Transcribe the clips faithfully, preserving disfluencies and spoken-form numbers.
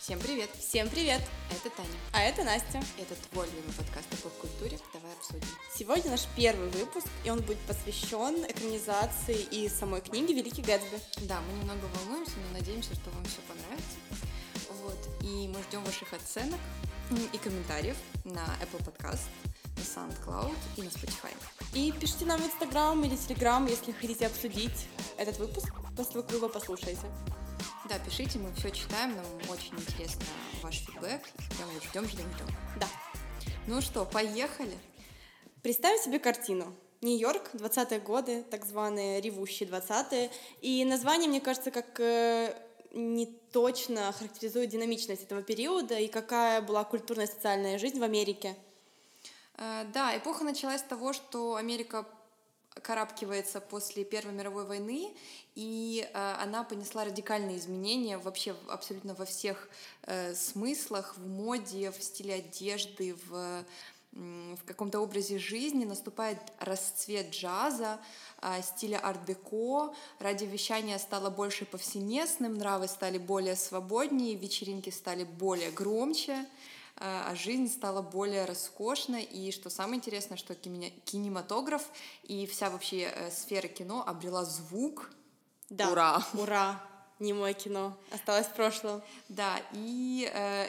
Всем привет! Всем привет! Это Таня. А это Настя. Это твой любимый подкаст о поп-культуре. Давай обсудим. Сегодня наш первый выпуск, и он будет посвящен экранизации и самой книге «Великий Гэтсби». Да, мы немного волнуемся, но надеемся, что вам все понравится. Вот. И мы ждем ваших оценок и комментариев на Apple Podcast, на SoundCloud и на Spotify. И пишите нам в Instagram или Telegram, если хотите обсудить этот выпуск, после того, как вы его послушаете. Да, пишите, мы все читаем, нам очень интересно ваш фидбэк. Прям ждем, ждем, ждем. Да. Ну что, поехали? Представим себе картину. Нью-Йорк, двадцатые годы, так званые ревущие двадцатые. И название, мне кажется, как э, не точно характеризует динамичность этого периода и какая была культурная и социальная жизнь в Америке. Э, да, эпоха началась с того, что Америка карабкивается после Первой мировой войны, и э, она понесла радикальные изменения вообще абсолютно во всех э, смыслах, в моде, в стиле одежды, в, в каком-то образе жизни. Наступает расцвет джаза, э, стиля арт-деко, радиовещание стало больше повсеместным, нравы стали более свободнее, вечеринки стали более громче, а жизнь стала более роскошной, и что самое интересное, что кинематограф и вся вообще сфера кино обрела звук. Да, ура! Ура! Немое кино осталось в прошлом. Да, и э,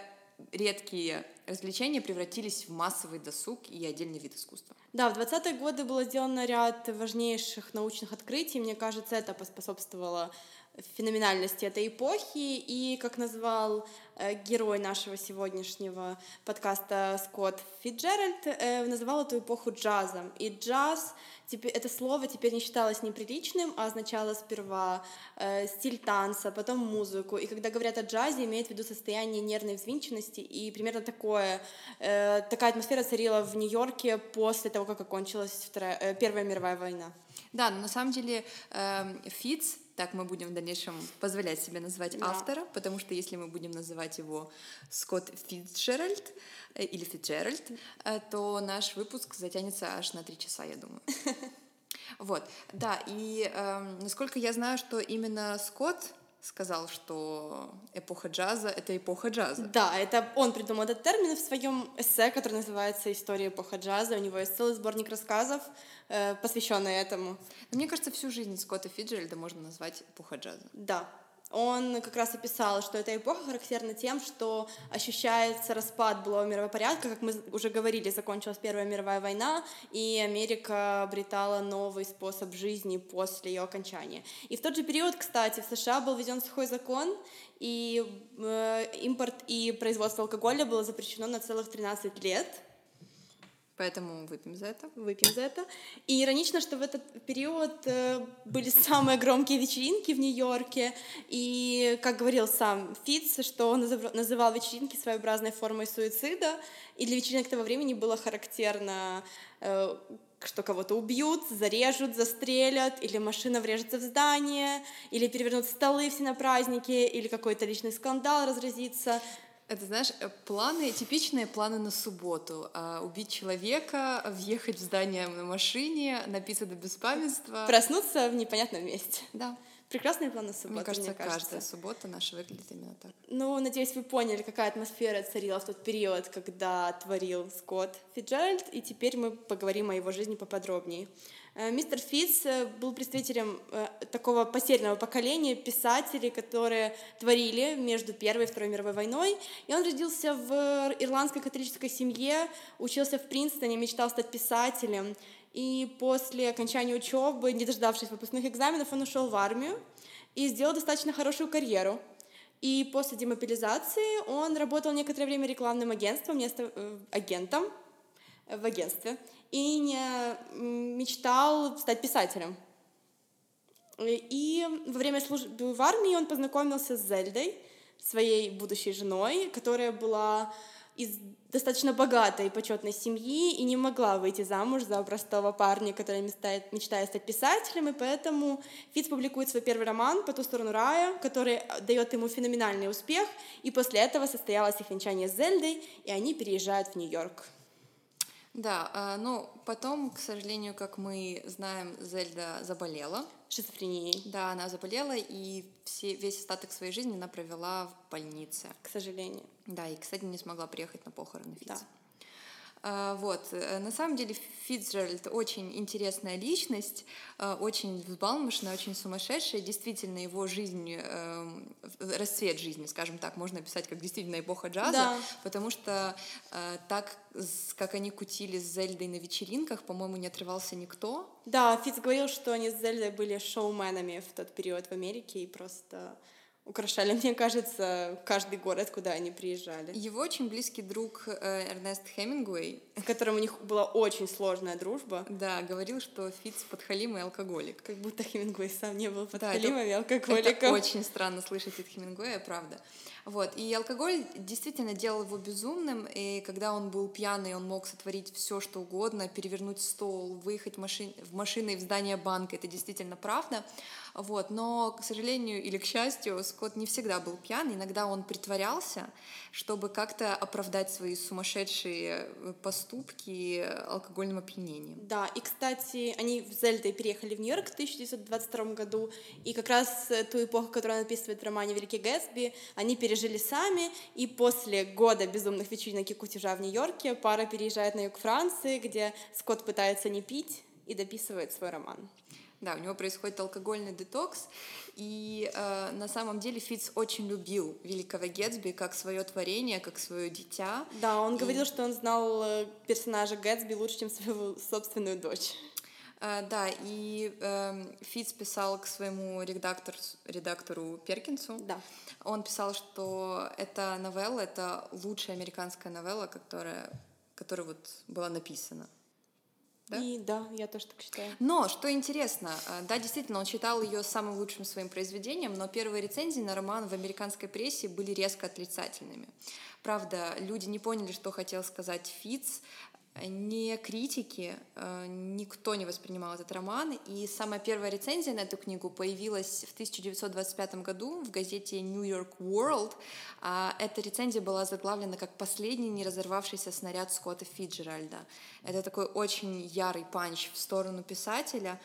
редкие развлечения превратились в массовый досуг и отдельный вид искусства. Да, в двадцатые годы было сделано ряд важнейших научных открытий, мне кажется, это поспособствовало феноменальности этой эпохи, и, как назвал э, герой нашего сегодняшнего подкаста Скотт Фитджеральд, э, называл эту эпоху джазом. И джаз, теперь, это слово теперь не считалось неприличным, а означало сперва э, стиль танца, потом музыку. И когда говорят о джазе, имеют в виду состояние нервной взвинченности, и примерно такое, э, такая атмосфера царила в Нью-Йорке после того, как окончилась Вторая, э, Первая мировая война. Да, но на самом деле э, Фитц, так мы будем в дальнейшем позволять себе назвать да. автора, потому что если мы будем называть его Скотт Фитджеральд э, или Фитджеральд, э, то наш выпуск затянется аж на три часа, я думаю. Вот, да, и э, насколько я знаю, что именно Скотт сказал, что эпоха джаза — это эпоха джаза. Да, это он придумал этот термин в своем эссе, который называется «История эпоха джаза». У него есть целый сборник рассказов, э, посвященный этому. Но мне кажется, всю жизнь Скотта Фитджеральда можно назвать эпохой джаза. Да. Он как раз описал, что эта эпоха характерна тем, что ощущается распад былого мирового порядка. Как мы уже говорили, закончилась Первая мировая война, и Америка обретала новый способ жизни после ее окончания. И в тот же период, кстати, в США был введен сухой закон, и э, импорт и производство алкоголя было запрещено на целых тринадцать лет. Поэтому выпьем за это. Выпьем за это. И иронично, что в этот период э, были самые громкие вечеринки в Нью-Йорке. И, как говорил сам Фитц, что он называл вечеринки своеобразной формой суицида. И для вечеринок того времени было характерно, э, что кого-то убьют, зарежут, застрелят, или машина врежется в здание, или перевернут столы все на празднике, или какой-то личный скандал разразится. Это, знаешь, планы, типичные планы на субботу. Убить человека, въехать в здание на машине, напиться до беспамятства. Проснуться в непонятном месте. Да. Прекрасный план на субботу, мне кажется, мне кажется. каждая суббота наша выглядит именно так. Ну, надеюсь, вы поняли, какая атмосфера царила в тот период, когда творил Скотт Фитджеральд, и теперь мы поговорим о его жизни поподробнее. Мистер Фитц был представителем такого потерянного поколения писателей, которые творили между Первой и Второй мировой войной. И он родился в ирландской католической семье, учился в Принстоне, мечтал стать писателем. И после окончания учебы, не дождавшись выпускных экзаменов, он ушел в армию и сделал достаточно хорошую карьеру. И после демобилизации он работал некоторое время рекламным агентством, агентом в агентстве, и не мечтал стать писателем. И во время службы в армии он познакомился с Зельдой, своей будущей женой, которая была из достаточно богатой и почетной семьи и не могла выйти замуж за простого парня, который мечтает, мечтает стать писателем, и поэтому Фитц публикует свой первый роман «По ту сторону рая», который дает ему феноменальный успех, и после этого состоялось их венчание с Зельдой, и они переезжают в Нью-Йорк. Да, но потом, к сожалению, как мы знаем, Зельда заболела. шизофренией. Да, она заболела, и все, весь остаток своей жизни она провела в больнице. К сожалению. Да, и, кстати, не смогла приехать на похороны Фитца. Да. А, вот, на самом деле Фицджеральд очень интересная личность, очень взбалмошная, очень сумасшедшая. Действительно, его жизнь, расцвет жизни, скажем так, можно описать как действительно эпоха джаза, Да. потому что так, как они кутили с Зельдой на вечеринках, по-моему, не отрывался никто. Да, Фитц говорил, что они с Зельдой были шоуменами в тот период в Америке и просто украшали, мне кажется, каждый город, куда они приезжали. Его очень близкий друг э, Эрнест Хемингуэй, с которым у них была очень сложная дружба. Да, говорил, что Фитц подхалим и алкоголик. Как будто Хемингуэй сам не был подхалимом и алкоголиком. Это очень странно слышать от Хемингуэя, правда. Вот. И алкоголь действительно делал его безумным, и когда он был пьяный, он мог сотворить все, что угодно, перевернуть стол, выехать в, машин... в машиной в здание банка, это действительно правда. Вот. Но, к сожалению или к счастью, Скотт не всегда был пьян, иногда он притворялся, чтобы как-то оправдать свои сумасшедшие поступки алкогольным опьянением. Да, и, кстати, они с Зельдой переехали в Нью-Йорк в тысяча девятьсот двадцать втором году, и как раз ту эпоху, которую он описывает в романе «Великий Гэтсби», они пережили сами, и после года безумных вечеринок и кутежа в Нью-Йорке пара переезжает на юг Франции, где Скотт пытается не пить и дописывает свой роман. Да, у него происходит алкогольный детокс, и э, на самом деле Фитц очень любил «Великого Гэтсби» как свое творение, как свое дитя. Да, он и... говорил, что он знал персонажа Гэтсби лучше, чем свою собственную дочь. Uh, да, и uh, Фитц писал к своему редактор, редактору Перкинсу. Да. Он писал, что эта новелла — это лучшая американская новелла, которая, которая вот была написана. Да? И да, я тоже так считаю. Но, что интересно, да, действительно, он считал ее самым лучшим своим произведением, но первые рецензии на роман в американской прессе были резко отрицательными. Правда, люди не поняли, что хотел сказать Фитц, не критики, никто не воспринимал этот роман, и самая первая рецензия на эту книгу появилась в тысяча девятьсот двадцать пятом году в газете New York World. Эта рецензия была заглавлена как «Последний не разорвавшийся снаряд Скотта Фицджеральда». Это такой очень ярый панч в сторону писателя.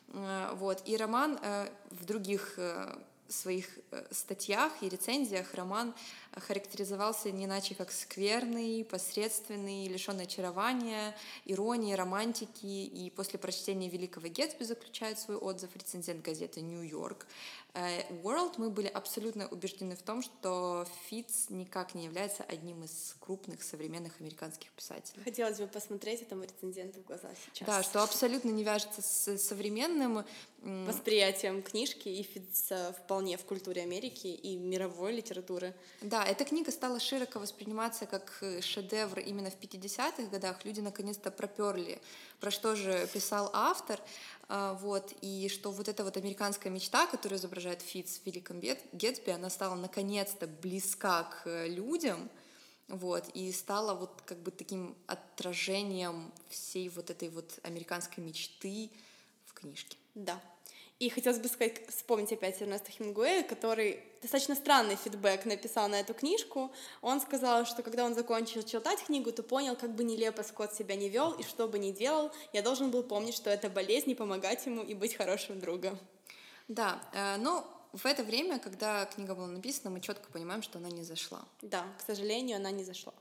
Вот. И роман в других своих статьях и рецензиях роман характеризовался не иначе как скверный, посредственный, лишенный очарования, иронии, романтики. И после прочтения «Великого Гэтсби», заключает свой отзыв рецензент газеты «Нью-Йорк World», мы были абсолютно убеждены в том, что Фитц никак не является одним из крупных современных американских писателей. Хотелось бы посмотреть этому рецензенту в глаза сейчас. Да, что абсолютно не вяжется с современным восприятием книжки, и Фитца вполне в культуре Америки и мировой литературы. Да, эта книга стала широко восприниматься как шедевр именно в пятидесятых годах. Люди наконец-то проперли, про что же писал автор, вот, и что вот эта вот американская мечта, которую изображает Фитц в «Великом Гэтсби», она стала наконец-то близка к людям, вот, и стала вот как бы таким отражением всей вот этой вот американской мечты в книжке. Да. И хотелось бы сказать, вспомнить опять Эрнеста Хемингуэя, который достаточно странный фидбэк написал на эту книжку. Он сказал, что когда он закончил читать книгу, то понял, как бы нелепо Скотт себя не вел, и что бы ни делал, я должен был помнить, что это болезнь, и помогать ему, и быть хорошим другом. Да, э, но в это время, когда книга была написана, мы четко понимаем, что она не зашла. Да, к сожалению, она не зашла.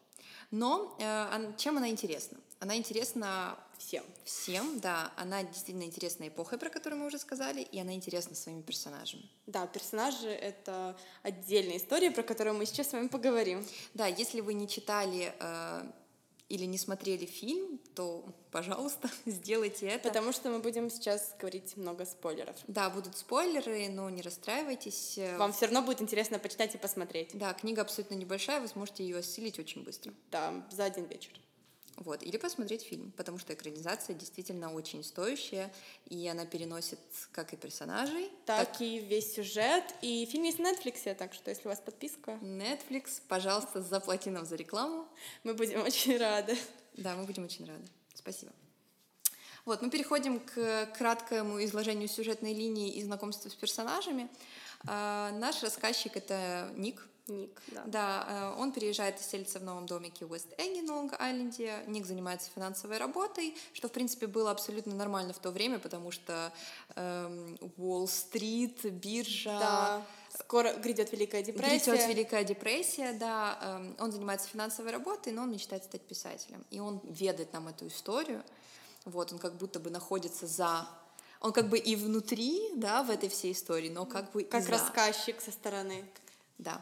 Но э, чем она интересна? Она интересна всем. Всем, да. Она действительно интересна эпохой, про которую мы уже сказали, и она интересна своими персонажами. Да, персонажи — это отдельная история, про которую мы сейчас с вами поговорим. Да, если вы не читали э, или не смотрели фильм, то, пожалуйста, сделайте это. Потому что мы будем сейчас говорить много спойлеров. Да, будут спойлеры, но не расстраивайтесь. Вам все равно будет интересно почитать и посмотреть. Да, книга абсолютно небольшая, вы сможете ее осилить очень быстро. Да, за один вечер. Вот, или посмотреть фильм, потому что экранизация действительно очень стоящая, и она переносит как и персонажей, так, так и весь сюжет. И фильм есть на Netflix, так что если у вас подписка... Netflix, пожалуйста, заплати нам за рекламу. Мы будем очень рады. Да, мы будем очень рады. Спасибо. Вот, мы переходим к краткому изложению сюжетной линии и знакомству с персонажами. А, наш рассказчик — это Ник, Ник, да. Да, он переезжает и селится в новом домике в Уэст-Энде на Лонг-Айленде. Ник занимается финансовой работой, что, в принципе, было абсолютно нормально в то время, потому что эм, Уолл-стрит, биржа... Да, скоро грядет Великая депрессия. Грядет Великая депрессия, да. Эм, он занимается финансовой работой, но он мечтает стать писателем. И он ведает нам эту историю. Вот, он как будто бы находится за... Он как бы и внутри, да, в этой всей истории, но как бы как и за... рассказчик со стороны. Да.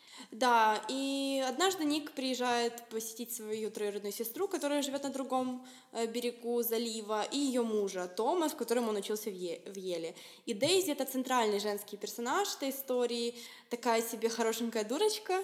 Да, и однажды Ник приезжает посетить свою троюродную сестру, которая живет на другом берегу залива, и ее мужа Тома, с которым он учился в, е- в Еле. И Дейзи — это центральный женский персонаж этой истории, такая себе хорошенькая дурочка.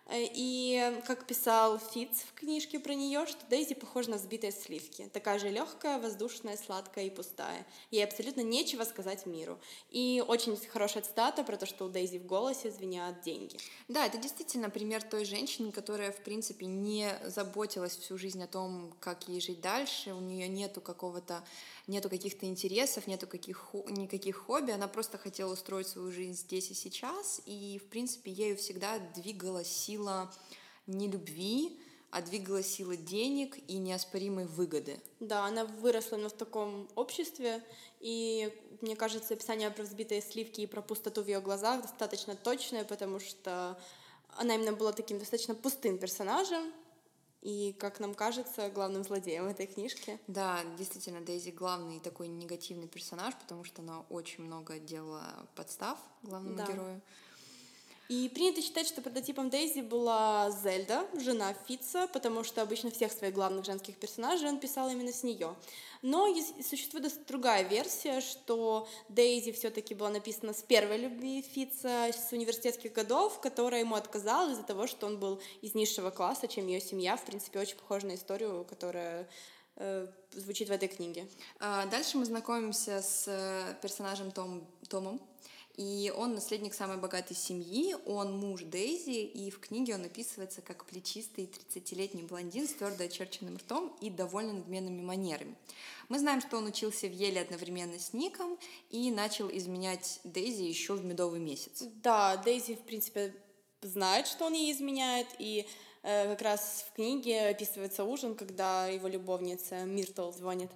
И, как писал Фитц в книжке про нее, что Дейзи похожа на взбитые сливки. Такая же легкая, воздушная, сладкая и пустая. Ей абсолютно нечего сказать миру. И очень хорошая цитата про то, что у Дейзи в голосе звенят деньги. Да, это действительно пример той женщины, которая, в принципе, не заботилась всю жизнь о том, как ей жить дальше. У нее нету какого-то, нету каких-то интересов, нету каких, никаких хобби. Она просто хотела устроить свою жизнь здесь и сейчас. И, в принципе, ею всегда двигала сила не любви, а двигала сила денег и неоспоримой выгоды. Да, она выросла именно в таком обществе, и мне кажется, описание про взбитые сливки и про пустоту в ее глазах достаточно точное, потому что она именно была таким достаточно пустым персонажем, и, как нам кажется, главным злодеем в этой книжке. Да, действительно, Дейзи главный такой негативный персонаж, потому что она очень много делала подстав главному да. герою. И принято считать, что прототипом Дейзи была Зельда, жена Фитца, потому что обычно всех своих главных женских персонажей он писал именно с нее. Но существует другая версия, что Дейзи все-таки была написана с первой любви Фитца с университетских годов, которая ему отказала из-за того, что он был из низшего класса, чем ее семья. В принципе, очень похожа на историю, которая э, звучит в этой книге. Дальше мы знакомимся с персонажем Том, Томом. И он наследник самой богатой семьи, он муж Дейзи, и в книге он описывается как плечистый тридцатилетний блондин с твердо очерченным ртом и довольно надменными манерами. Мы знаем, что он учился в Еле одновременно с Ником и начал изменять Дейзи еще в медовый месяц. Да, Дейзи, в принципе, знает, что он ей изменяет, и э, как раз в книге описывается ужин, когда его любовница Миртл звонит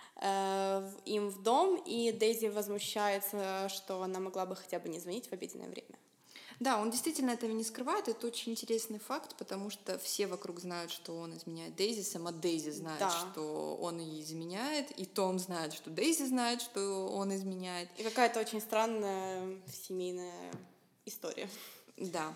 им в дом, и Дейзи возмущается, что она могла бы хотя бы не звонить в обеденное время. Да, он действительно этого не скрывает, это очень интересный факт, потому что все вокруг знают, что он изменяет Дейзи, сама Дейзи знает, да. что он ей изменяет, и Том знает, что Дейзи знает, что он изменяет. И какая-то очень странная семейная история. Да.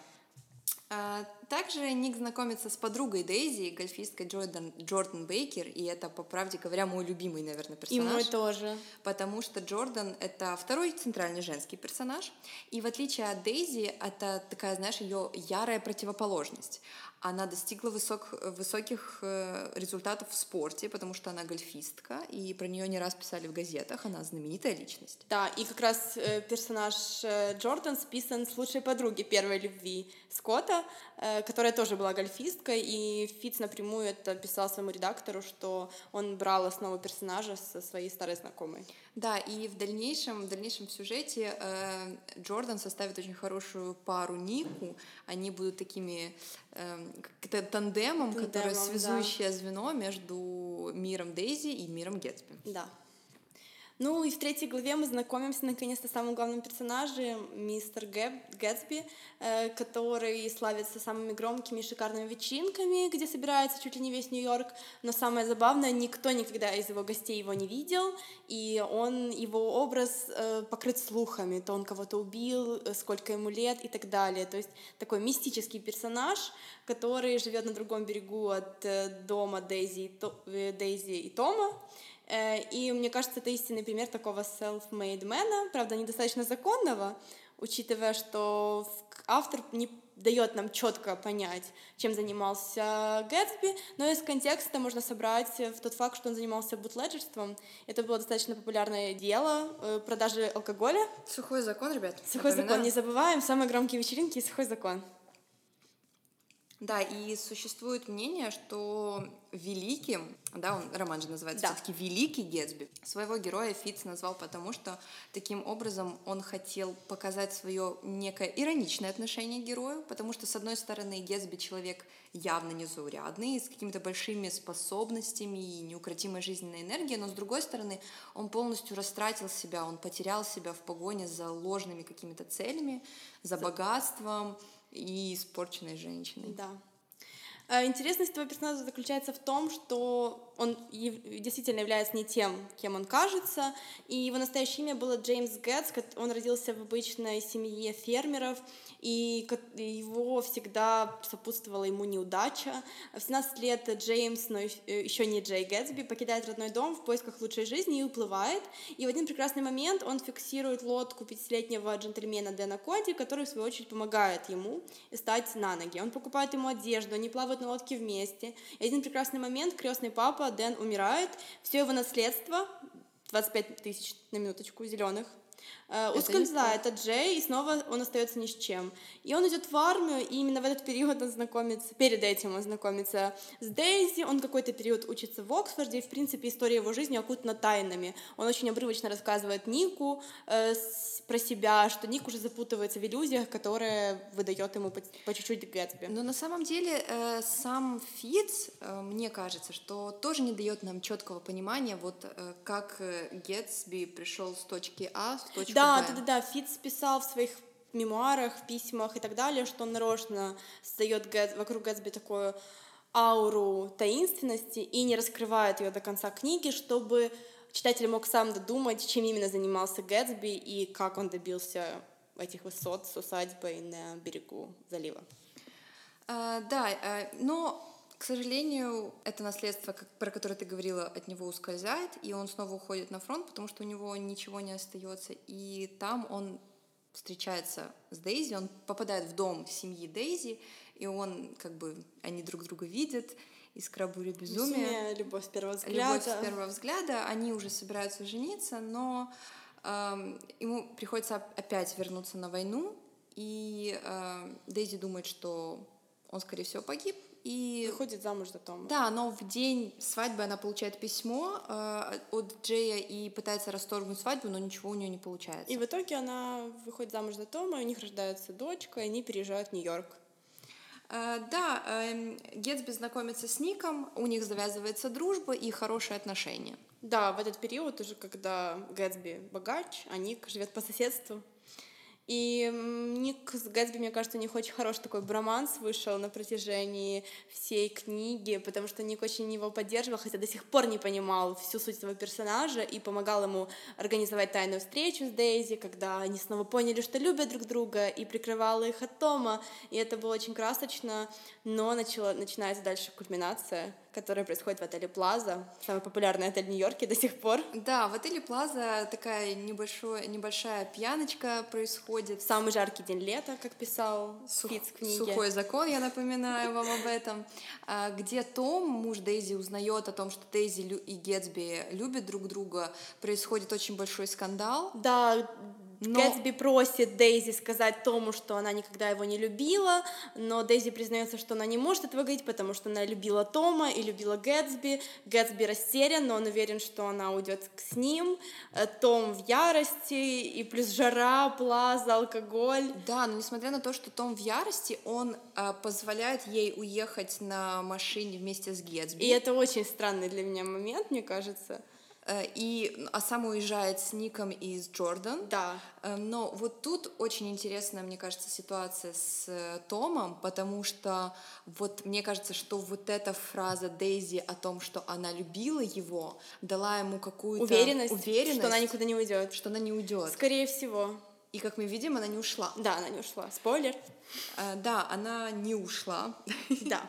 Также Ник знакомится с подругой Дейзи, гольфисткой Джордан, Джордан Бейкер, и это, по правде говоря, мой любимый, наверное, персонаж. И мой тоже. Потому что Джордан — это второй центральный женский персонаж, и в отличие от Дейзи, это такая, знаешь, ее ярая противоположность. Она достигла высок, высоких результатов в спорте, потому что она гольфистка, и про нее не раз писали в газетах, она знаменитая личность. Да, и как раз персонаж Джордан списан с лучшей подруги первой любви Скотта, которая тоже была гольфисткой, и Фитц напрямую это писал своему редактору, что он брал основу персонажа со своей старой знакомой. Да, и в дальнейшем, в дальнейшем в сюжете э, Джордан составит очень хорошую пару Нику, они будут такими э, как-то тандемом, Тандемом, которое связующее да. звено между миром Дейзи и миром Гэтсби. Да. Ну и в третьей главе мы знакомимся наконец-то с самым главным персонажем, мистер Гэтсби, э, который славится самыми громкими и шикарными вечеринками, где собирается чуть ли не весь Нью-Йорк. Но самое забавное, никто никогда из его гостей его не видел, и он, его образ э, покрыт слухами, то он кого-то убил, сколько ему лет и так далее. То есть такой мистический персонаж, который живет на другом берегу от э, дома Дейзи и, То, э, Дейзи и Тома. И мне кажется, это истинный пример такого self-made man, правда, недостаточно законного, учитывая, что автор не дает нам четко понять, чем занимался Гэтсби, но из контекста можно собрать в тот факт, что он занимался бутледжерством. Это было достаточно популярное дело, продажи алкоголя. Сухой закон, ребят. Сухой напоминаю. закон, не забываем, самые громкие вечеринки и сухой закон. Да, и существует мнение, что великим, да, он, роман же называется Да. все-таки «Великий Гэтсби», своего героя Фитц назвал потому, что таким образом он хотел показать свое некое ироничное отношение к герою, потому что, с одной стороны, Гэтсби человек явно незаурядный, с какими-то большими способностями и неукротимой жизненной энергией, но, с другой стороны, он полностью растратил себя, он потерял себя в погоне за ложными какими-то целями, за богатством и испорченной женщиной. Да. А Интересность этого персонажа заключается в том, что он яв- действительно является не тем, кем он кажется, и его настоящее имя было Джеймс Гэтс, кот- он родился в обычной семье фермеров, и кот- и его всегда сопутствовала ему неудача. В семнадцать лет Джеймс, но еще не Джей Гэтсби, покидает родной дом в поисках лучшей жизни и уплывает, и в один прекрасный момент он фиксирует лодку пятидесятилетнего джентльмена Дэна Коди, который, в свою очередь, помогает ему встать на ноги. Он покупает ему одежду, они плавают на лодке вместе. И один прекрасный момент крестный папа Дэн умирает, все его наследство, двадцать пять тысяч на минуточку зеленых, э, ускользает от Джей, и снова он остается ни с чем. И он идет в армию, и именно в этот период он знакомится, перед этим он знакомится с Дейзи, он какой-то период учится в Оксфорде, и, в принципе, история его жизни окутана тайнами. Он очень обрывочно рассказывает Нику э, с- про себя, что Ник уже запутывается в иллюзиях, которые выдает ему по, по чуть-чуть Гэтсби. Но на самом деле э, сам Фитц, э, мне кажется, что тоже не дает нам четкого понимания, вот э, как э, Гэтсби пришел с точки А в точку Да, Б. да, да, да. Фитц писал в своих мемуарах, в письмах и так далее, что он нарочно создает Гэт- вокруг Гэтсби такую ауру таинственности и не раскрывает ее до конца книги, чтобы читатель мог сам додумать, чем именно занимался Гэтсби и как он добился этих высот с усадьбой на берегу залива. А, да, а, но, к сожалению, это наследство, как- про которое ты говорила, от него ускользает, и он снова уходит на фронт, потому что у него ничего не остается, и там он встречается с Дейзи, он попадает в дом семьи Дейзи, и он, как бы, они друг друга видят, искра буря безумия. Безумие, любовь с первого взгляда. Любовь с первого взгляда, они уже собираются жениться, но эм, ему приходится оп- опять вернуться на войну, и эм, Дейзи думает, что он, скорее всего, погиб, и Выходит замуж за Тома. да, но в день свадьбы она получает письмо э, от Джея и пытается расторгнуть свадьбу, но ничего у нее не получается. И в итоге она выходит замуж за Тома, и у них рождается дочка, и они переезжают в Нью-Йорк. Э, Да, эм, Гэтсби знакомится с Ником, у них завязывается дружба и хорошие отношения. Да, в этот период уже, когда Гэтсби богач, а Ник живет по соседству. И м, Ник с Гэтсби, мне кажется, у них очень хороший такой броманс вышел на протяжении всей книги, потому что Ник очень его поддерживал, хотя до сих пор не понимал всю суть этого персонажа и помогал ему организовать тайную встречу с Дейзи, когда они снова поняли, что любят друг друга, и прикрывал их от Тома. И это было очень красочно, но начала, начинается дальше кульминация, которая происходит в отеле Плаза, самый популярный отель в Нью-Йорке до сих пор. Да, в отеле Плаза такая небольшой, небольшая пьяночка происходит. Самый жаркий день лета, как писал Сух- Фитц в книге. Сухой закон, я напоминаю вам об этом, а, где Том, муж Дейзи, узнает о том, что Дейзи лю- и Гэтсби любят друг друга, происходит очень большой скандал. Да, Но- Гэтсби просит Дейзи сказать Тому, что она никогда его не любила, но Дейзи признается, что она не может этого говорить, потому что она любила Тома и любила Гэтсби. Гэтсби растерян, но он уверен, что она уйдет с ним. Э, Том в ярости, и плюс жара, плаза, алкоголь. Да, но несмотря на то, что Том в ярости, он а, позволяет ей уехать на машине вместе с Гэтсби. И это очень странный для меня момент, мне кажется. Э, И, а сам уезжает с Ником и с Джордан. Да. Э, Но вот тут очень интересная, мне кажется, ситуация с э, Томом, потому что вот мне кажется, что вот эта фраза Дейзи о том, что она любила его, дала ему какую-то Уверенность, уверенность, что она никуда не уйдет. что она не уйдет. Скорее всего. И как мы видим, она не ушла. Да, она не ушла. Спойлер. Э, Да, она не ушла. Да.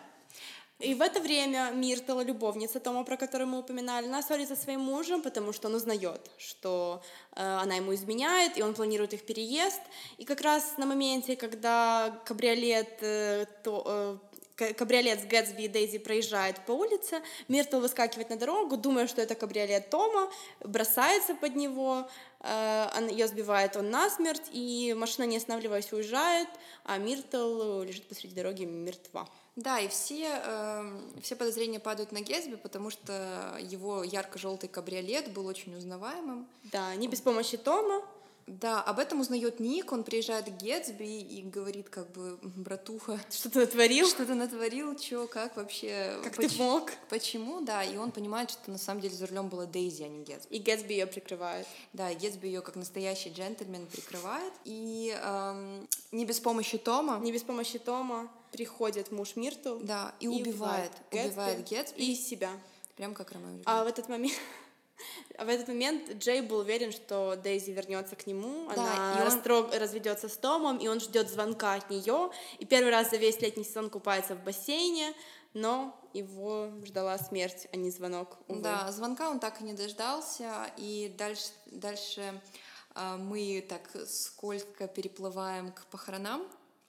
И в это время Миртл, любовница Тома, про которую мы упоминали, она ссорится со своим мужем, потому что он узнает, что э, она ему изменяет, и он планирует их переезд. И как раз на моменте, когда кабриолет, э, то, э, к- кабриолет с Гэтсби и Дейзи проезжает по улице, Миртл выскакивает на дорогу, думая, что это кабриолет Тома, бросается под него, э, он- ее сбивает он насмерть, и машина, не останавливаясь, уезжает, а Миртл лежит посреди дороги мертва. Да, и все, э, все подозрения падают на Гэтсби, потому что его ярко-желтый кабриолет был очень узнаваемым. Да, не без помощи Тома. Да, об этом узнает Ник, он приезжает к Гэтсби и говорит, как бы, братуха, что ты натворил? Что ты натворил, чё, как вообще? Как поч- ты мог? Почему, да, и он понимает, что на самом деле за рулем была Дейзи, а не Гэтсби. И Гэтсби ее прикрывает. Да, и Гэтсби ее как настоящий джентльмен прикрывает. И эм, не без помощи Тома. Не без помощи Тома приходит муж Миртл. Да, и, и убивает, убивает Гэтсби. И себя. Прям как Ромео и Джульетта. А в этот момент... А в этот момент Джей был уверен, что Дейзи вернется к нему, да, она он... растрог... разведется с Томом, и он ждет звонка от нее. И первый раз за весь летний сезон купается в бассейне, но его ждала смерть, а не звонок. Увы. Да, звонка он так и не дождался, и дальше, дальше э, мы так скользко переплываем к похоронам,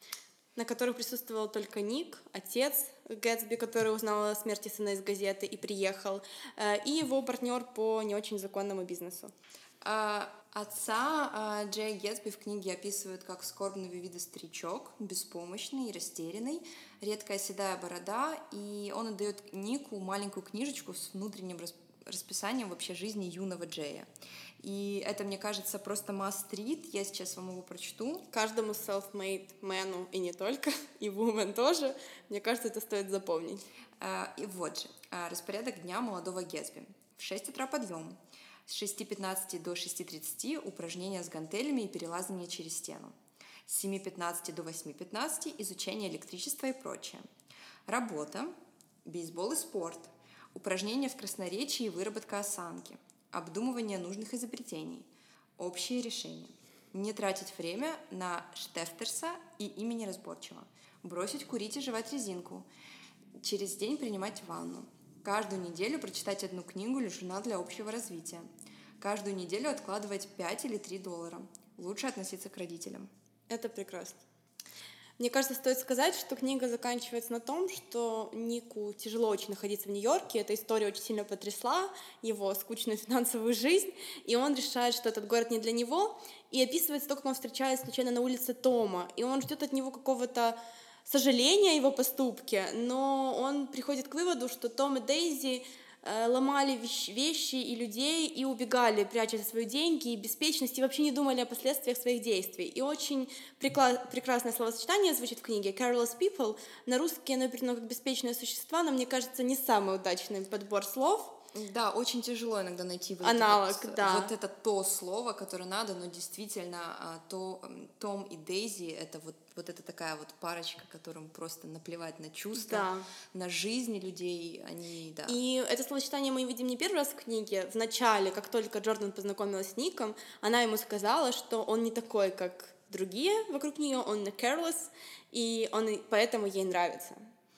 на которых присутствовал только Ник, отец Гэтсби, который узнал о смерти сына из газеты и приехал, и его партнер по не очень законному бизнесу. А, отца а, Джея Гэтсби в книге описывают как скорбного вида старичок, беспомощный и растерянный, редкая седая борода, и он отдает Нику маленькую книжечку с внутренним расписанием вообще жизни юного Джея. И это, мне кажется, просто must-read. Я сейчас вам его прочту. Каждому self-made мэну, и не только, и woman тоже, мне кажется, это стоит запомнить. А, и вот же. А, распорядок дня молодого Гэтсби. В шесть утра подъем. С шести пятнадцати до шести тридцати упражнения с гантелями и перелазание через стену. С семи пятнадцати до восьми пятнадцати изучение электричества и прочее. Работа, бейсбол и спорт, упражнения в красноречии и выработка осанки, обдумывание нужных изобретений, общие решения, не тратить время на Штефтерса и имя неразборчиво, бросить курить и жевать резинку, через день принимать ванну, каждую неделю прочитать одну книгу или журнал для общего развития, каждую неделю откладывать пять или три доллара, лучше относиться к родителям. Это прекрасно. Мне кажется, стоит сказать, что книга заканчивается на том, что Нику тяжело очень находиться в Нью-Йорке, эта история очень сильно потрясла его скучную финансовую жизнь, и он решает, что этот город не для него, и описывается то, как он встречает случайно на улице Тома, и он ждет от него какого-то сожаления о его поступке, но он приходит к выводу, что Том и Дейзи ломали вещи и людей и убегали, пряча свои деньги и беспечность, и вообще не думали о последствиях своих действий. И очень прикла- прекрасное словосочетание звучит в книге «careless people». На русский оно переведено как «беспечные существа», но, мне кажется, не самый удачный подбор слов. Да, очень тяжело иногда найти вот аналог, это, да. вот это то слово, которое надо, но действительно то, Том и Дейзи — это вот, вот это такая вот парочка, которым просто наплевать на чувства, да. на жизни людей, они, да. И это словосочетание мы видим не первый раз в книге. В начале, как только Джордан познакомилась с Ником, она ему сказала, что он не такой, как другие вокруг нее, он не careless, и он поэтому ей нравится.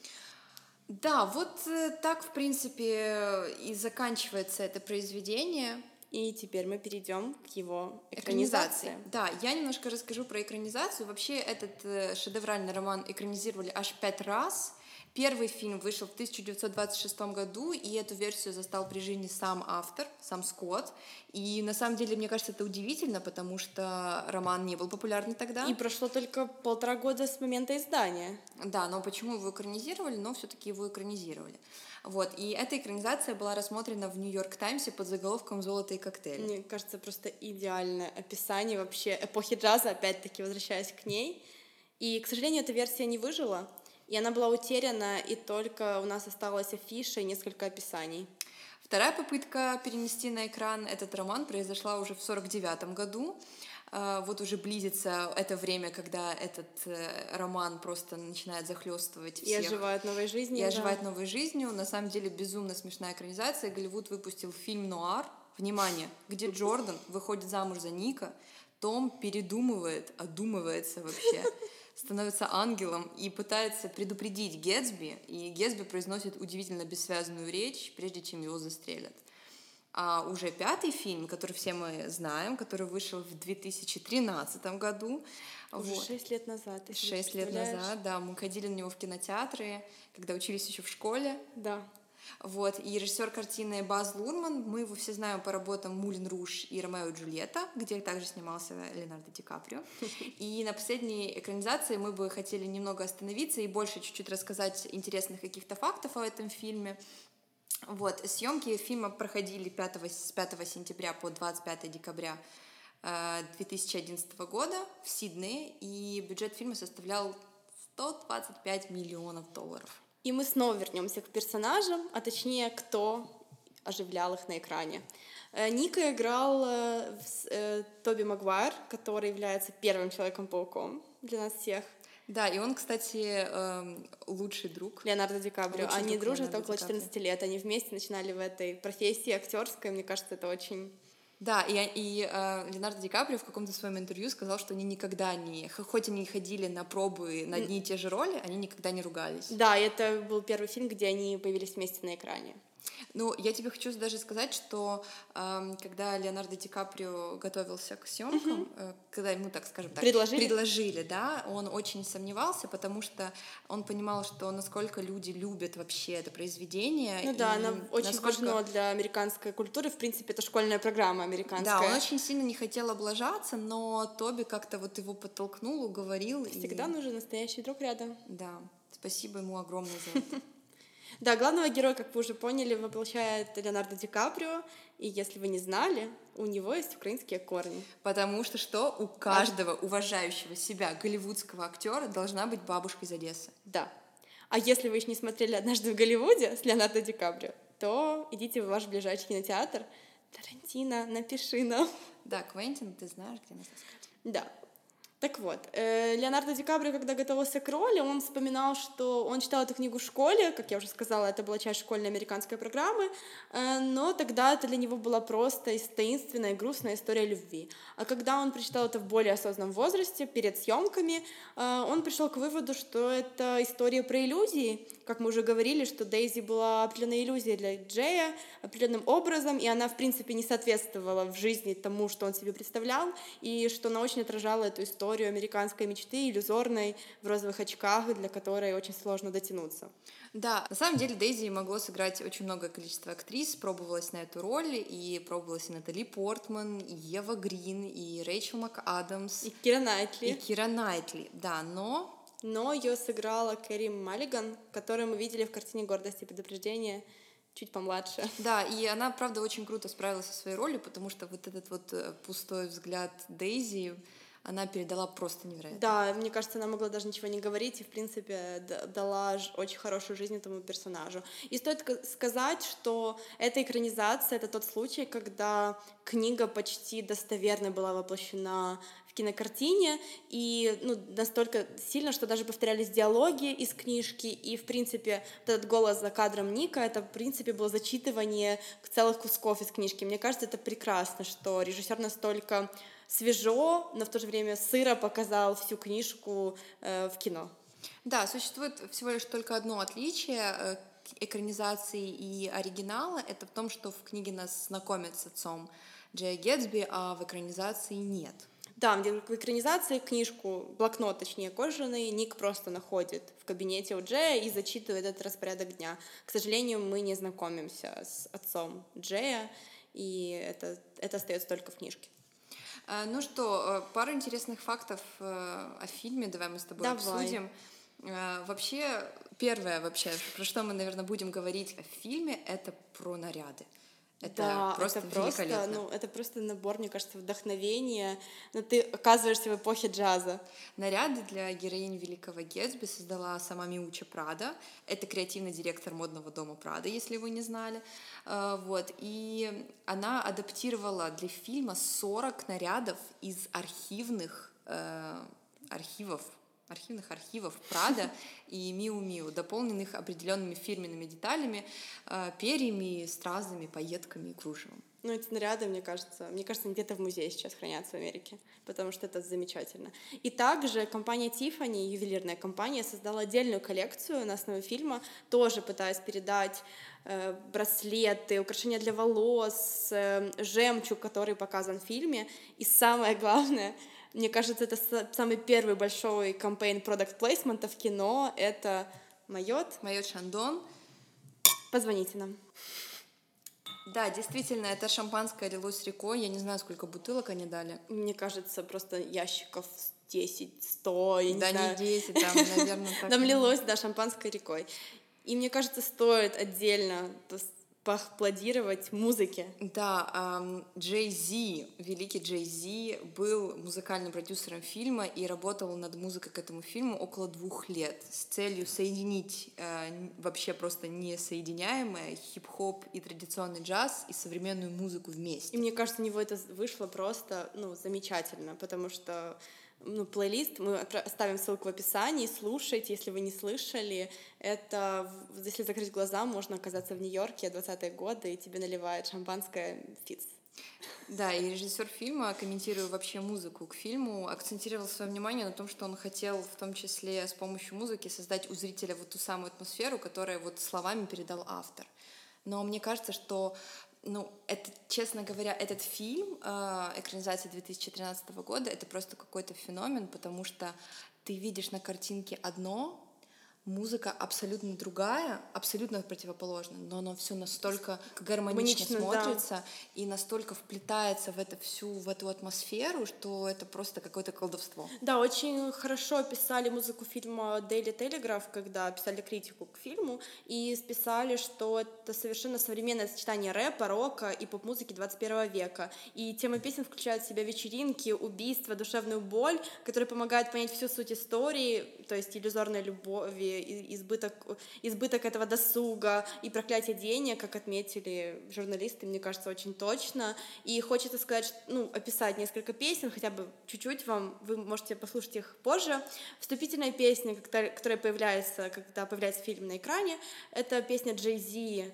Да, вот так, в принципе, и заканчивается это произведение. И теперь мы перейдем к его экранизации. экранизации. Да, я немножко расскажу про экранизацию. Вообще этот шедевральный роман экранизировали аж пять раз. Первый фильм вышел в тысяча девятьсот двадцать шестом году, и эту версию застал при жизни сам автор, сам Скотт. И на самом деле, мне кажется, это удивительно, потому что роман не был популярный тогда. И прошло только полтора года с момента издания. Да, но почему его экранизировали? Но все-таки его экранизировали. Вот, и эта экранизация была рассмотрена в Нью-Йорк Таймсе под заголовком «Золото и коктейли». Мне кажется, просто идеальное описание вообще эпохи джаза, опять-таки возвращаясь к ней. И, к сожалению, эта версия не выжила. И она была утеряна, и только у нас осталась афиша и несколько описаний. Вторая попытка перенести на экран этот роман произошла уже в сорок девятом году. Вот уже близится это время, когда этот роман просто начинает захлестывать всех. И оживает новой жизнью. И да. оживает новой жизнью. На самом деле безумно смешная экранизация. Голливуд выпустил фильм «Нуар», внимание, где Джордан выходит замуж за Ника, Том передумывает, одумывается вообще, становится ангелом и пытается предупредить Гэтсби, и Гэтсби произносит удивительно бессвязную речь, прежде чем его застрелят. А уже пятый фильм, который все мы знаем, который вышел в две тысячи тринадцатом году. Уже вот. шесть лет назад. Шесть лет назад, да. Мы ходили на него в кинотеатры, когда учились еще в школе. Да. Вот, и режиссер картины Баз Лурман, мы его все знаем по работам «Мулен Руж» и «Ромео и Джульетта», где также снимался Леонардо Ди Каприо. И на последней экранизации мы бы хотели немного остановиться и больше чуть-чуть рассказать интересных каких-то фактов о этом фильме. Вот, съемки фильма проходили пятого, с пятого сентября по двадцать пятое декабря две тысячи одиннадцатого года в Сиднее, и бюджет фильма составлял сто двадцать пять миллионов долларов. И мы снова вернемся к персонажам, а точнее, кто оживлял их на экране. Ника играл э, э, Тоби Магуайр, который является первым Человеком-пауком для нас всех. Да, и он, кстати, э, лучший друг Леонардо Ди Каприо. Лучший Они друг дружат Леонардо около Ди Каприо. четырнадцати лет. Они вместе начинали в этой профессии актерской. Мне кажется, это очень... Да, и, и э, Леонардо Ди Каприо в каком-то своем интервью сказал, что они никогда не... Хоть они ходили на пробы на одни и те же роли, они никогда не ругались. Да, и это был первый фильм, где они появились вместе на экране. Ну, я тебе хочу даже сказать, что э, когда Леонардо Ди Каприо готовился к съемкам, mm-hmm. э, когда ему, так скажем так, предложили? предложили, да, он очень сомневался, потому что он понимал, что насколько люди любят вообще это произведение. Ну да, оно очень насколько... важно для американской культуры, в принципе, это школьная программа американская. Да, он очень сильно не хотел облажаться, но Тоби как-то вот его подтолкнул, уговорил. Всегда и... нужен настоящий друг рядом. Да, спасибо ему огромное за это. Да, главного героя, как вы уже поняли, воплощает Леонардо Ди Каприо, и если вы не знали, у него есть украинские корни. Потому что что? У каждого уважающего себя голливудского актера должна быть бабушка из Одессы. Да. А если вы еще не смотрели «Однажды в Голливуде» с Леонардо Ди Каприо, то идите в ваш ближайший кинотеатр. Тарантино, напиши нам. Да, Квентин, ты знаешь, где нас искать. Да. Так вот, э, Леонардо Ди Каприо, когда готовился к роли, он вспоминал, что он читал эту книгу в школе, как я уже сказала, это была часть школьной американской программы, э, но тогда это для него была просто таинственная и грустная история любви. А когда он прочитал это в более осознанном возрасте, перед съемками, э, он пришел к выводу, что это история про иллюзии. Как мы уже говорили, что Дейзи была определенной иллюзией для Джея, определенным образом, и она, в принципе, не соответствовала в жизни тому, что он себе представлял, и что она очень отражала эту историю американской мечты, иллюзорной, в розовых очках, для которой очень сложно дотянуться. Да, на самом деле Дейзи могло сыграть очень многое количество актрис, пробовалась на эту роль, и пробовалась и Натали Портман, и Ева Грин, и Рэйчел МакАдамс. И Кира Найтли. И Кира Найтли, да, но... Но ее сыграла Кэрри Маллиган, которую мы видели в картине «Гордость и предупреждение», чуть помладше. Да, и она, правда, очень круто справилась со своей ролью, потому что вот этот вот пустой взгляд Дейзи она передала просто невероятно. Да, мне кажется, она могла даже ничего не говорить и, в принципе, дала очень хорошую жизнь этому персонажу. И стоит сказать, что эта экранизация — это тот случай, когда книга почти достоверно была воплощена в кинокартине, и ну, настолько сильно, что даже повторялись диалоги из книжки, и, в принципе, вот этот голос за кадром Ника — это, в принципе, было зачитывание целых кусков из книжки. Мне кажется, это прекрасно, что режиссер настолько свежо, но в то же время сыро показал всю книжку э, в кино. Да, существует всего лишь только одно отличие э, экранизации и оригинала. Это в том, что в книге нас знакомят с отцом Джея Гэтсби, а в экранизации нет. Да, в экранизации книжку, блокнот, точнее, кожаный, Ник просто находит в кабинете у Джея и зачитывает этот распорядок дня. К сожалению, мы не знакомимся с отцом Джея, и это, это остается только в книжке. Ну что, пару интересных фактов о фильме, давай мы с тобой давай. обсудим. Вообще, первое, вообще, про что мы, наверное, будем говорить в фильме, это про наряды. Это да, просто это просто, великолепно. Ну, это просто набор, мне кажется, вдохновения. Но ты оказываешься в эпохе джаза. Наряды для героинь Великого Гэтсби создала сама Миуча Прадо. Это креативный директор модного дома Прадо, если вы не знали. Вот. И она адаптировала для фильма сорок нарядов из архивных э, архивов архивных архивов Прадо и Миу Миу, дополненных определенными фирменными деталями, э, перьями, стразами, пайетками и кружевом. Ну, эти наряды, мне кажется, мне кажется, где-то в музее сейчас хранятся в Америке, потому что это замечательно. И также компания Tiffany, ювелирная компания, создала отдельную коллекцию на основе фильма, тоже пытаясь передать э, браслеты, украшения для волос, э, жемчуг, который показан в фильме. И самое главное, мне кажется, это самый первый большой кампейн продакт-плейсмента в кино, это майот. Майот Шандон. Позвоните нам. Да, действительно, это шампанское лилось рекой. Я не знаю, сколько бутылок они дали. Мне кажется, просто ящиков десять, сто, я не да знаю. Да не десять, там, наверное, так. Там лилось, да, шампанское рекой. И мне кажется, стоит отдельно поаплодировать музыке. Да, Джей Зи, великий Джей Зи, был музыкальным продюсером фильма и работал над музыкой к этому фильму около двух лет с целью соединить э, вообще просто несоединяемое хип-хоп и традиционный джаз и современную музыку вместе. И мне кажется, у него это вышло просто, ну, замечательно, потому что ну, плейлист, мы оставим ссылку в описании, слушайте, если вы не слышали. Это, если закрыть глаза, можно оказаться в Нью-Йорке, двадцатые годы, и тебе наливает шампанское Фитц. Да, и режиссер фильма, комментируя вообще музыку к фильму, акцентировал свое внимание на том, что он хотел в том числе с помощью музыки создать у зрителя вот ту самую атмосферу, которую вот словами передал автор. Но мне кажется, что Ну, это, честно говоря, этот фильм, э, экранизация две тысячи тринадцатого года, это просто какой-то феномен, потому что ты видишь на картинке одно, музыка абсолютно другая, абсолютно противоположная, но оно все настолько гармонично смотрится, да. И настолько вплетается в это всю, в эту атмосферу, что это просто какое-то колдовство. Да, очень хорошо описали музыку фильма Daily Telegraph, когда писали критику к фильму, и списали, что это совершенно современное сочетание рэпа, рока и поп-музыки двадцать первого века. И тема песен включает в себя вечеринки, убийства, душевную боль, которые помогают понять всю суть истории, то есть иллюзорной любови, избыток, избыток этого досуга и проклятие денег, как отметили журналисты, мне кажется, очень точно. И хочется сказать, что, ну, описать несколько песен, хотя бы чуть-чуть вам, вы можете послушать их позже. Вступительная песня, которая появляется, когда появляется фильм на экране, это песня Джей Зи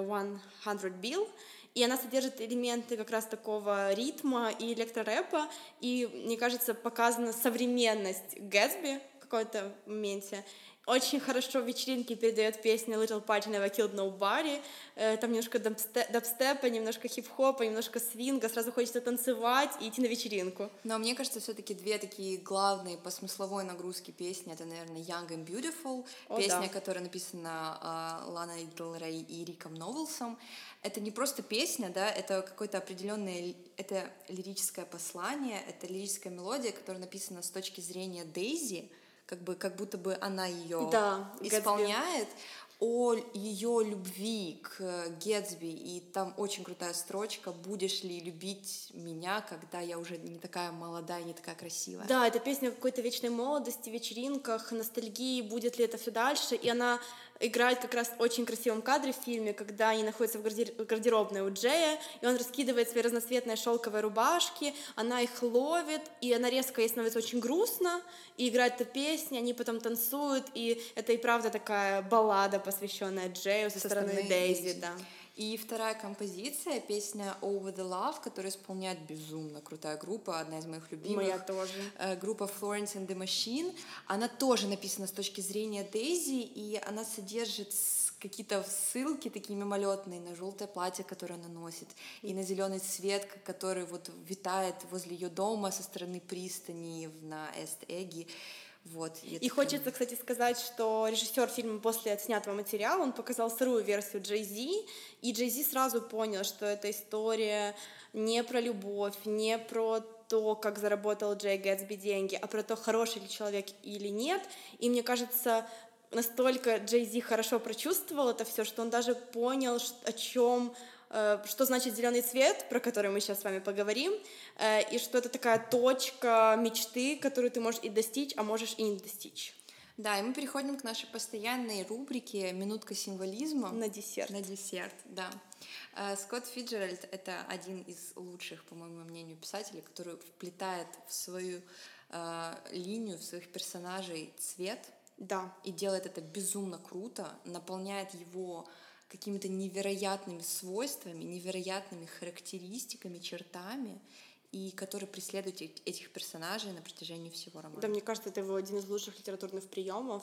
сто Bill, и она содержит элементы как раз такого ритма и электрорэпа, и, мне кажется, показана современность Гэтсби в какой-то моменте. Очень хорошо в вечеринке передает песня Little Party Never Killed Nobody. Там немножко дабстепа, немножко хип-хопа, немножко свинга. Сразу хочется танцевать и идти на вечеринку. Но мне кажется, все-таки две такие главные по смысловой нагрузке песни. Это, наверное, Young and Beautiful. О, песня, да. Которая написана uh, Ланой Дель Рей и Риком Новелсом. Это не просто песня, да, это какое-то определенное, это лирическое послание, это лирическая мелодия, которая написана с точки зрения Дейзи, как бы как будто бы она ее да, исполняет, Гэтсби. О ее любви к Гэтсби, и там очень крутая строчка: «Будешь ли любить меня, когда я уже не такая молодая, не такая красивая?» Да, это песня о какой-то вечной молодости, вечеринках, ностальгии, будет ли это все дальше, и она играет как раз в очень красивом кадре в фильме, когда они находятся в гардеробной у Джея, и он раскидывает свои разноцветные шелковые рубашки, она их ловит, и она резко ей становится очень грустно, и играет эта песня, они потом танцуют, и это и правда такая баллада, посвященная Джею со, со стороны, стороны Дейзи, да. И вторая композиция, песня Over the Love, которую исполняет безумно крутая группа, одна из моих любимых. Моя тоже. Группа Florence and the Machine. Она тоже написана с точки зрения Дейзи, и она содержит какие-то ссылки такие мимолетные на желтое платье, которое она носит, и на зеленый цвет, который вот витает возле ее дома со стороны пристани на Эст-Эгги. Вот, и и хочется, прям... кстати, сказать, что режиссер фильма после отснятого материала, он показал сырую версию Джей Зи, и Джей Зи сразу понял, что эта история не про любовь, не про то, как заработал Джей Гэтсби деньги, а про то, хороший ли человек или нет. И мне кажется, настолько Джей Зи хорошо прочувствовал это все, что он даже понял, о чем, что значит зеленый цвет, про который мы сейчас с вами поговорим, и что это такая точка мечты, которую ты можешь и достичь, а можешь и не достичь. Да, и мы переходим к нашей постоянной рубрике «Минутка символизма». На десерт. На десерт, да. Скотт Фиджеральд — это один из лучших, по моему мнению, писателей, который вплетает в свою э, линию, в своих персонажей цвет. Да. И делает это безумно круто, наполняет его какими-то невероятными свойствами, невероятными характеристиками, чертами, и который преследует этих персонажей на протяжении всего романа. Да, мне кажется, это его один из лучших литературных приемов.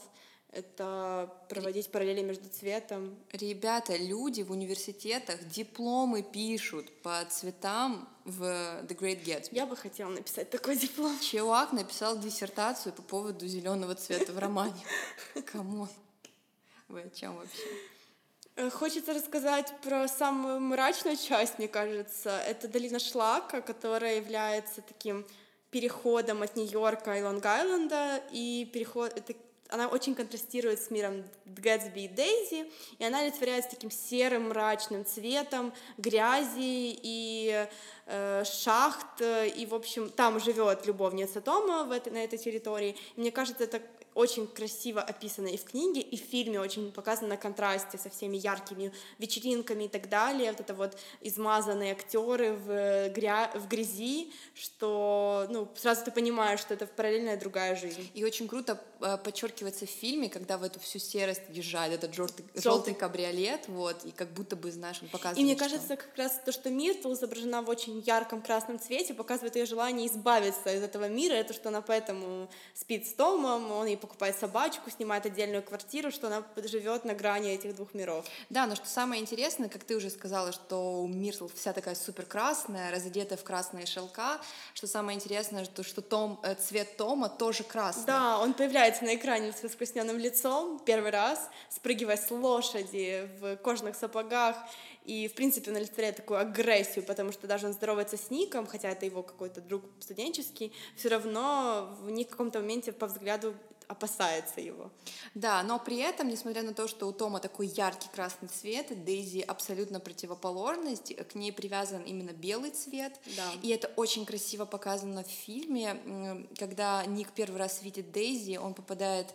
Это проводить параллели между цветом. Ребята, люди в университетах дипломы пишут по цветам в The Great Gatsby. Я бы хотела написать такой диплом. Чувак написал диссертацию по поводу зеленого цвета в романе. Камон. Вы о чем вообще? Хочется рассказать про самую мрачную часть, мне кажется. Это долина Шлака, которая является таким переходом от Нью-Йорка и Лонг-Айленда, и переход... это она очень контрастирует с миром Гэтсби и Дейзи, и она олицетворяется таким серым, мрачным цветом, грязи и э, шахт, и, в общем, там живет любовница Тома в этой, на этой территории. И мне кажется, это очень красиво описано и в книге, и в фильме очень показано на контрасте со всеми яркими вечеринками и так далее. Вот это вот измазанные актеры в, гря... в грязи, что ну, сразу ты понимаешь, что это параллельная другая жизнь. И очень круто подчеркивается в фильме, когда в эту всю серость въезжает этот желтый, желтый кабриолет, вот, и как будто бы, знаешь, он показывает. И мне что... кажется, как раз то, что Миртл изображена в очень ярком красном цвете, показывает ее желание избавиться из этого мира, это что она поэтому спит с Томом, он ей покупает собачку, снимает отдельную квартиру, что она живет на грани этих двух миров. Да, но что самое интересное, как ты уже сказала, что Миртл вся такая супер красная, разодетая в красные шелка, что самое интересное, что, что Том, цвет Тома тоже красный. Да, он появляется на экране с раскрасненным лицом первый раз, спрыгивая с лошади в кожаных сапогах, и, в принципе, он олицетворяет такую агрессию, потому что даже он здоровается с Ником, хотя это его какой-то друг студенческий, все равно в Ник в каком-то моменте по взгляду опасается его. Да, но при этом, несмотря на то, что у Тома такой яркий красный цвет, Дейзи абсолютно противоположность, к ней привязан именно белый цвет, да. И это очень красиво показано в фильме, когда Ник первый раз видит Дейзи, он попадает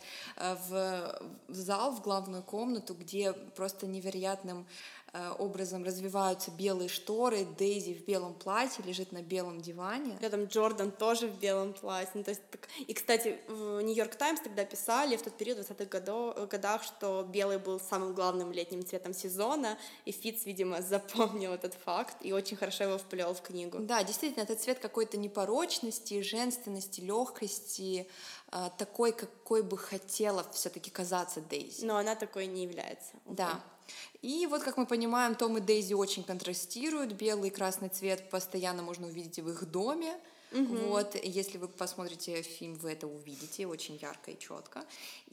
в зал, в главную комнату, где просто невероятным образом развиваются белые шторы, Дейзи в белом платье лежит на белом диване. Рядом Джордан тоже в белом платье. Ну, то есть, так... И, кстати, в Нью-Йорк Таймс тогда писали в тот период, в двадцатых годах, что белый был самым главным летним цветом сезона, и Фитц, видимо, запомнил этот факт и очень хорошо его вплел в книгу. Да, действительно, это цвет какой-то непорочности, женственности, легкости, такой, какой бы хотела все-таки казаться Дейзи. Но она такой не является. Да. И вот, как мы понимаем, Том и Дейзи очень контрастируют. Белый и красный цвет постоянно можно увидеть в их доме. Угу. Вот, если вы посмотрите фильм, вы это увидите очень ярко и четко.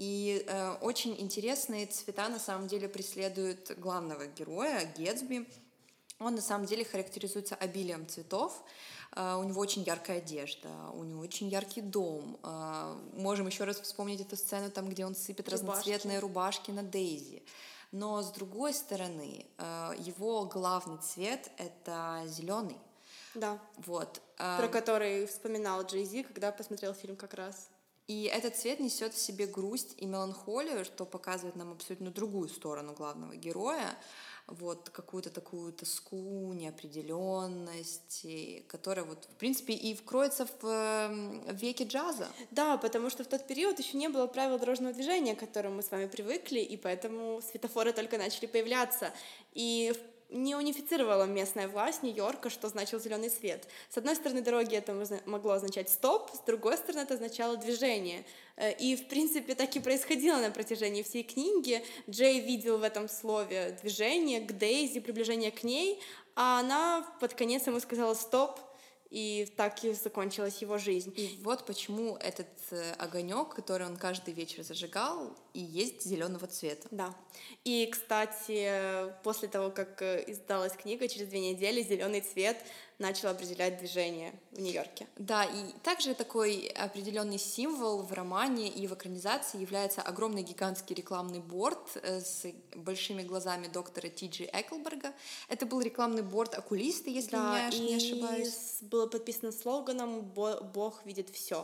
И э, очень интересные цвета на самом деле преследуют главного героя Гэтсби. Он на самом деле характеризуется обилием цветов. Uh, у него очень яркая одежда, у него очень яркий дом. Uh, можем еще раз вспомнить эту сцену, там, где он сыпет рубашки. разноцветные рубашки на Дейзи. Но с другой стороны, uh, его главный цвет — это зеленый. Да. Вот. Uh, Про который вспоминал Джей Зи, когда посмотрел фильм как раз. И этот цвет несет в себе грусть и меланхолию, что показывает нам абсолютно другую сторону главного героя. Вот какую-то такую тоску, неопределенность, которая вот, в принципе, и вкроется в, в веке джаза. Да, потому что в тот период еще не было правил дорожного движения, к которым мы с вами привыкли, и поэтому светофоры только начали появляться. И не унифицировала местная власть Нью-Йорка, что значил зеленый свет. С одной стороны, дороги это могло означать стоп, с другой стороны, это означало движение. И, в принципе, так и происходило на протяжении всей книги. Джей видел в этом слове движение к Дейзи, приближение к ней, а она под конец ему сказала стоп, и так и закончилась его жизнь. И вот почему этот огонек, который он каждый вечер зажигал, и есть зеленого цвета. Да. И, кстати, после того, как издалась книга, через две недели зеленый цвет начал определять движение в Нью-Йорке. Да, и также такой определенный символ в романе и в экранизации является огромный гигантский рекламный борд с большими глазами доктора Ти Джи Эклберга. Это был рекламный борд окулиста, если да, я не ошибаюсь. Было подписано слоганом «Бог видит все».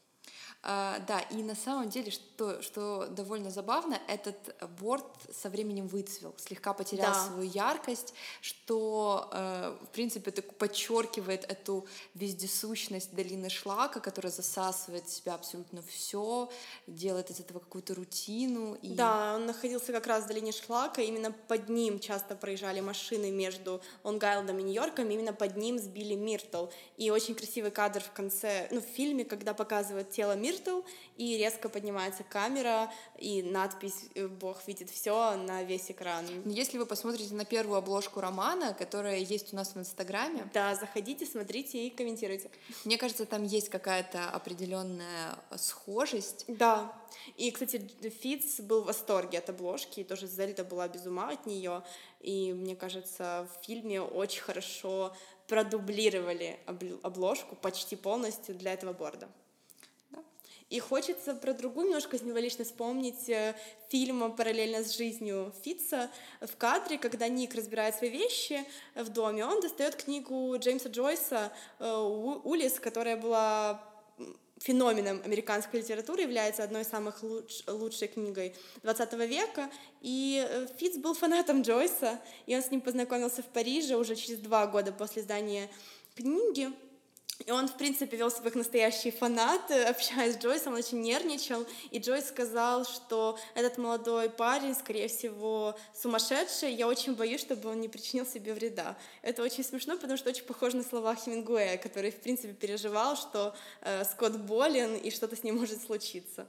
Uh, да, и на самом деле, что, что довольно забавно, этот борд со временем выцвел, слегка потерял да. свою яркость, что, uh, в принципе, так подчеркивает эту вездесущность долины Шлака, которая засасывает в себя абсолютно все, делает из этого какую-то рутину. И... Да, он находился как раз в долине Шлака, именно под ним часто проезжали машины между Лонг-Айлендом и Нью-Йорком, именно под ним сбили Миртл. И очень красивый кадр в конце, ну, в фильме, когда показывают тело Миртл, Миртл, и резко поднимается камера, и надпись «Бог видит все» на весь экран. Если вы посмотрите на первую обложку романа, которая есть у нас в Инстаграме... Да, заходите, смотрите и комментируйте. Мне кажется, там есть какая-то определенная схожесть. Да. И, кстати, Фитц был в восторге от обложки, и тоже Зельда была без ума от нее. И, мне кажется, в фильме очень хорошо продублировали обложку почти полностью для этого борда. Да. И хочется про другую немножко символично вспомнить фильм «Параллельно с жизнью» Фитца. В кадре, когда Ник разбирает свои вещи в доме, он достает книгу Джеймса Джойса «Улисс», которая была феноменом американской литературы, является одной из самых луч, лучшей книгой двадцатого века. И Фитц был фанатом Джойса, и он с ним познакомился в Париже уже через два года после издания книги. И он, в принципе, вел себя как настоящий фанат, общаясь с Джойсом, он очень нервничал, и Джойс сказал, что этот молодой парень, скорее всего, сумасшедший, я очень боюсь, чтобы он не причинил себе вреда. Это очень смешно, потому что очень похоже на слова Хемингуэя, который, в принципе, переживал, что э, Скотт болен, и что-то с ним может случиться.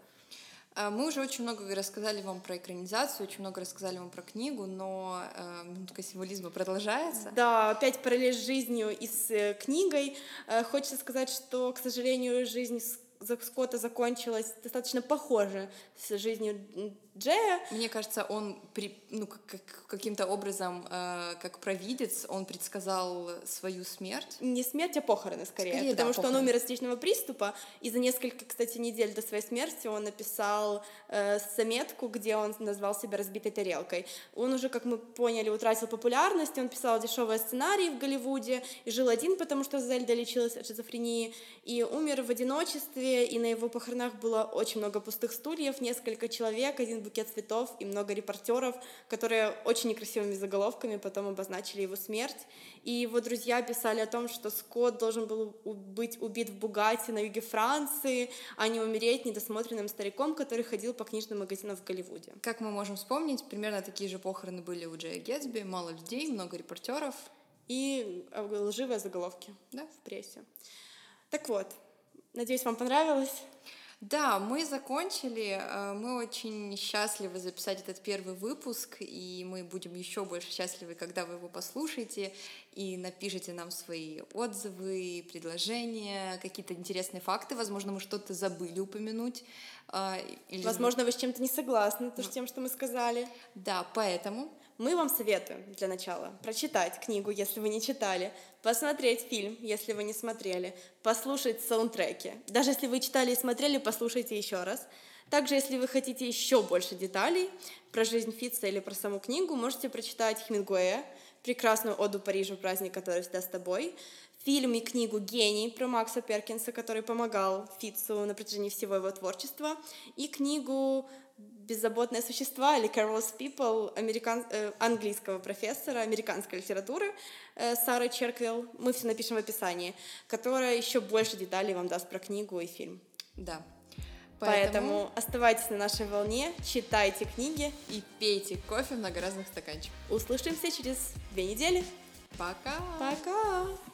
Мы уже очень много рассказали вам про экранизацию, очень много рассказали вам про книгу, но э, минутка символизма продолжается. Да, опять параллель с жизнью и с э, книгой. Э, хочется сказать, что, к сожалению, жизнь Скотта закончилась достаточно похоже с жизнью Джея. Мне кажется, он при, ну, как, каким-то образом, э, как провидец, он предсказал свою смерть. Не смерть, а похороны, скорее. скорее потому да, что похороны. он умер от сердечного приступа, и за несколько, кстати, недель до своей смерти он написал э, заметку, где он назвал себя разбитой тарелкой. Он уже, как мы поняли, утратил популярность, он писал дешевые сценарии в Голливуде, и жил один, потому что Зельда лечилась от шизофрении, и умер в одиночестве, и на его похоронах было очень много пустых стульев, несколько человек, один букет цветов и много репортеров, которые очень некрасивыми заголовками потом обозначили его смерть. И его друзья писали о том, что Скотт должен был быть убит в Бугатти на юге Франции, а не умереть недосмотренным стариком, который ходил по книжным магазинам в Голливуде. Как мы можем вспомнить, примерно такие же похороны были у Джея Гэтсби, мало людей, много репортеров. И лживые заголовки, да, в прессе. Так вот, надеюсь, вам понравилось. Да, мы закончили. Мы очень счастливы записать этот первый выпуск, и мы будем еще больше счастливы, когда вы его послушаете и напишите нам свои отзывы, предложения, какие-то интересные факты. Возможно, мы что-то забыли упомянуть. Или... Возможно, вы с чем-то не согласны с тем, что мы сказали. Да, поэтому... Мы вам советуем для начала прочитать книгу, если вы не читали, посмотреть фильм, если вы не смотрели, послушать саундтреки. Даже если вы читали и смотрели, послушайте еще раз. Также, если вы хотите еще больше деталей про жизнь Фитца или про саму книгу, можете прочитать Хемингуэя, прекрасную оду Парижу, праздник, который всегда с тобой, фильм и книгу «Гений» про Макса Перкинса, который помогал Фитцу на протяжении всего его творчества, и книгу «Беззаботные существа» или «Careless People» американ... э, английского профессора американской литературы э, Сары Черквилл, мы все напишем в описании, которая еще больше деталей вам даст про книгу и фильм. Да. Поэтому... Поэтому оставайтесь на нашей волне, читайте книги и пейте кофе в многоразных стаканчиках. Услышимся через две недели. Пока! Пока!